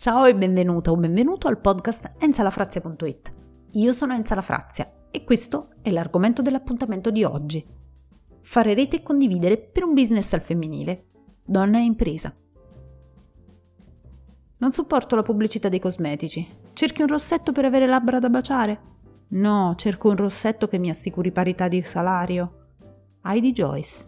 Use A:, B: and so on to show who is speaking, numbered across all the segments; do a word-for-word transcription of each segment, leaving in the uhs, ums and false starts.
A: Ciao e benvenuta o benvenuto al podcast enzalafrazia punto it. Io sono Enza La Frazia e questo è l'argomento dell'appuntamento di oggi. Fare rete e condividere per un business al femminile. Donna e impresa. Non sopporto la pubblicità dei cosmetici. Cerchi un rossetto per avere labbra da baciare? No, cerco un rossetto che mi assicuri parità di salario. Heidi Joyce.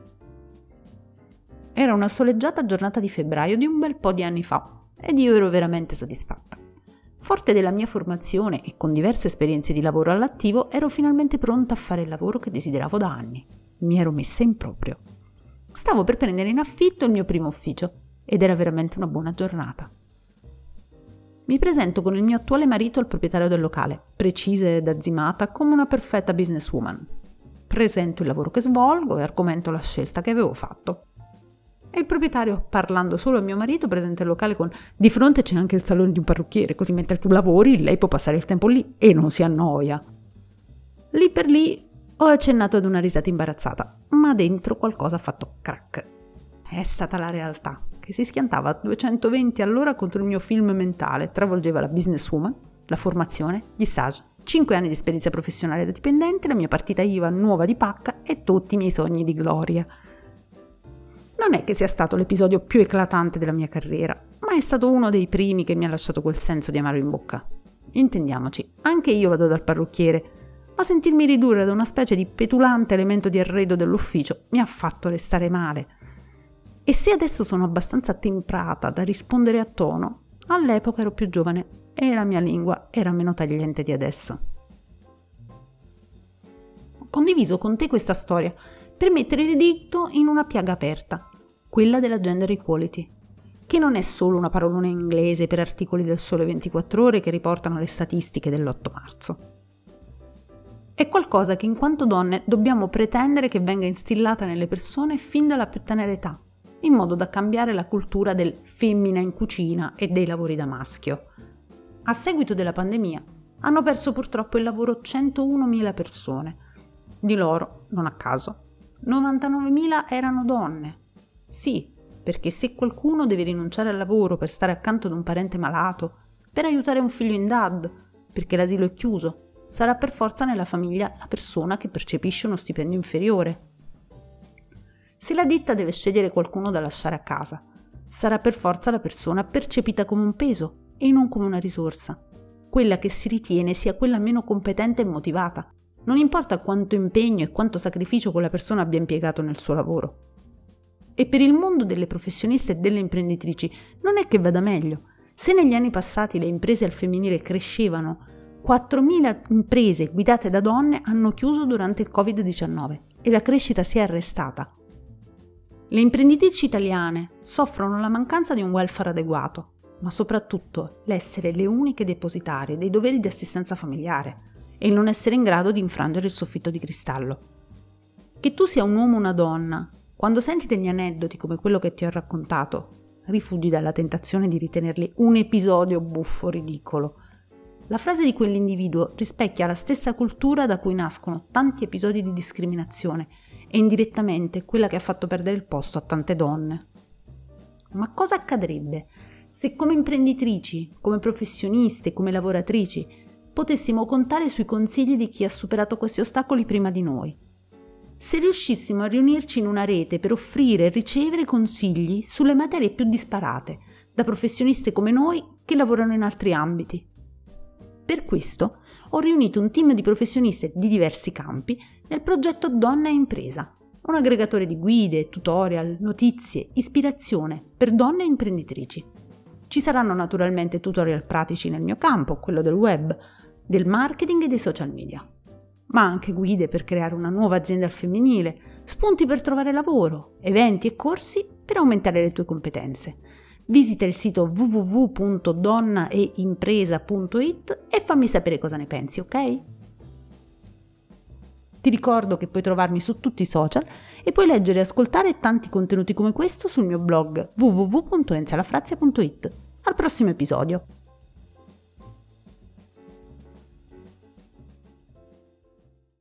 A: Era una soleggiata giornata di febbraio di un bel po' di anni fa ed io ero veramente soddisfatta. Forte della mia formazione e con diverse esperienze di lavoro all'attivo, ero finalmente pronta a fare il lavoro che desideravo da anni. Mi ero messa in proprio. Stavo per prendere in affitto il mio primo ufficio ed era veramente una buona giornata. Mi presento con il mio attuale marito al proprietario del locale, precisa ed azzimata come una perfetta businesswoman. Presento il lavoro che svolgo e argomento la scelta che avevo fatto. E il proprietario, parlando solo a mio marito, presenta il locale con «Di fronte c'è anche il salone di un parrucchiere, così mentre tu lavori lei può passare il tempo lì e non si annoia». Lì per lì ho accennato ad una risata imbarazzata, ma dentro qualcosa ha fatto crack. È stata la realtà, che si schiantava a duecentoventi all'ora contro il mio film mentale, travolgeva la businesswoman, la formazione, gli stage, cinque anni di esperienza professionale da dipendente, la mia partita I V A nuova di pacca e tutti i miei sogni di gloria. Non è che sia stato l'episodio più eclatante della mia carriera, ma è stato uno dei primi che mi ha lasciato quel senso di amaro in bocca. Intendiamoci, anche io vado dal parrucchiere, ma sentirmi ridurre ad una specie di petulante elemento di arredo dell'ufficio mi ha fatto restare male. E se adesso sono abbastanza temprata da rispondere a tono, all'epoca ero più giovane e la mia lingua era meno tagliente di adesso. Ho condiviso con te questa storia per mettere il dito in una piaga aperta, quella della gender equality, che non è solo una parolona inglese per articoli del Sole ventiquattro Ore che riportano le statistiche dell'otto marzo. È qualcosa che in quanto donne dobbiamo pretendere che venga instillata nelle persone fin dalla più tenera età, in modo da cambiare la cultura del femmina in cucina e dei lavori da maschio. A seguito della pandemia hanno perso purtroppo il lavoro centounomila persone. Di loro, non a caso, novantanovemila erano donne. Sì, perché se qualcuno deve rinunciare al lavoro per stare accanto ad un parente malato, per aiutare un figlio in D A D, perché l'asilo è chiuso, sarà per forza nella famiglia la persona che percepisce uno stipendio inferiore. Se la ditta deve scegliere qualcuno da lasciare a casa, sarà per forza la persona percepita come un peso e non come una risorsa, quella che si ritiene sia quella meno competente e motivata. Non importa quanto impegno e quanto sacrificio quella persona abbia impiegato nel suo lavoro. E per il mondo delle professioniste e delle imprenditrici non è che vada meglio. Se negli anni passati le imprese al femminile crescevano, quattromila imprese guidate da donne hanno chiuso durante il covid diciannove e la crescita si è arrestata. Le imprenditrici italiane soffrono la mancanza di un welfare adeguato, ma soprattutto l'essere le uniche depositarie dei doveri di assistenza familiare e il non essere in grado di infrangere il soffitto di cristallo. Che tu sia un uomo o una donna, quando senti degli aneddoti come quello che ti ho raccontato, rifugi dalla tentazione di ritenerli un episodio buffo, ridicolo. La frase di quell'individuo rispecchia la stessa cultura da cui nascono tanti episodi di discriminazione e indirettamente quella che ha fatto perdere il posto a tante donne. Ma cosa accadrebbe se come imprenditrici, come professioniste, come lavoratrici, potessimo contare sui consigli di chi ha superato questi ostacoli prima di noi? Se riuscissimo a riunirci in una rete per offrire e ricevere consigli sulle materie più disparate, da professioniste come noi che lavorano in altri ambiti. Per questo ho riunito un team di professioniste di diversi campi nel progetto Donna e Impresa, un aggregatore di guide, tutorial, notizie, ispirazione per donne imprenditrici. Ci saranno naturalmente tutorial pratici nel mio campo, quello del web, del marketing e dei social media, ma anche guide per creare una nuova azienda al femminile, spunti per trovare lavoro, eventi e corsi per aumentare le tue competenze. Visita il sito w w w punto donna e impresa punto it e fammi sapere cosa ne pensi, ok? Ti ricordo che puoi trovarmi su tutti i social e puoi leggere e ascoltare tanti contenuti come questo sul mio blog w w w punto enzalafrazia punto it. Al prossimo episodio!